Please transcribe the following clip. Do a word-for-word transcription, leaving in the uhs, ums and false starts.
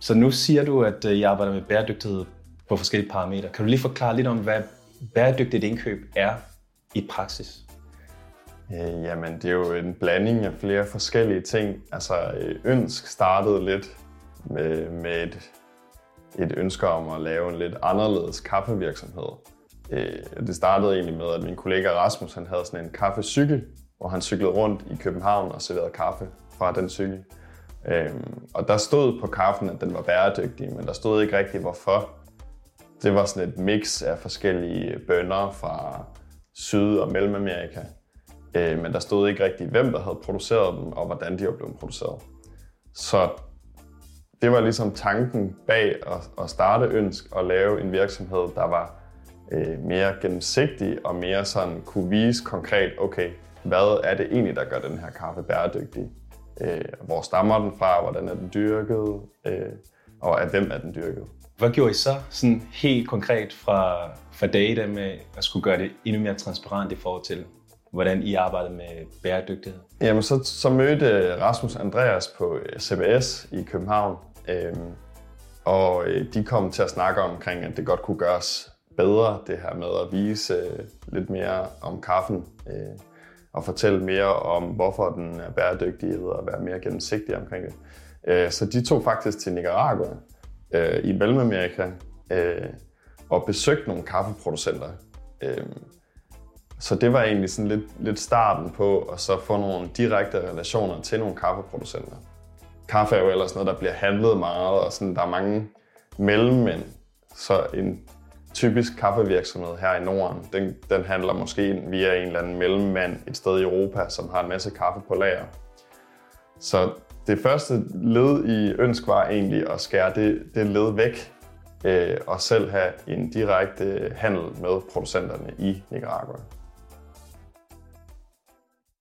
Så nu siger du, at I arbejder med bæredygtighed på forskellige parametre. Kan du lige forklare lidt om, hvad bæredygtigt indkøb er i praksis? Øh, jamen, det er jo en blanding af flere forskellige ting. Altså, Ønsk startede lidt med, med et, et ønske om at lave en lidt anderledes kaffevirksomhed. Øh, det startede egentlig med, at min kollega Rasmus han havde sådan en kaffecykel, hvor han cyklede rundt i København og serverede kaffe fra den cykel. Øh, og der stod på kaffen, at den var bæredygtig, men der stod ikke rigtig hvorfor. Det var sådan et mix af forskellige bønner fra Syd- og Mellemamerika. Men der stod ikke rigtig, hvem der havde produceret dem, og hvordan de var blevet produceret. Så det var ligesom tanken bag at starte Ønsk og lave en virksomhed, der var mere gennemsigtig og mere sådan kunne vise konkret, okay, hvad er det egentlig, der gør den her kaffe bæredygtig? Hvor stammer den fra? Hvordan er den dyrket? Og af hvem er den dyrket? Hvad gjorde I så sådan helt konkret fra, fra data med at skulle gøre det endnu mere transparent i forhold til, hvordan I arbejder med bæredygtighed? Jamen, så, så mødte Rasmus Andreas på C B S i København, øhm, og de kom til at snakke omkring, at det godt kunne gøres bedre, det her med at vise øh, lidt mere om kaffen, øh, og fortælle mere om, hvorfor den er bæredygtig, og være mere gennemsigtig omkring det. Øh, så de tog faktisk til Nicaragua øh, i Mellemamerika øh, og besøgte nogle kaffeproducenter. Øh, Så det var egentlig sådan lidt, lidt starten på at så få nogle direkte relationer til nogle kaffeproducenter. Kaffe er jo ellers noget, der bliver handlet meget, og sådan, der er mange mellemmænd. Så en typisk kaffevirksomhed her i Norden, den, den handler måske via en eller anden mellemmand et sted i Europa, som har en masse kaffe på lager. Så det første led i Ønsk var egentlig at skære det, det led væk, øh, og selv have en direkte handel med producenterne i Nicaragua.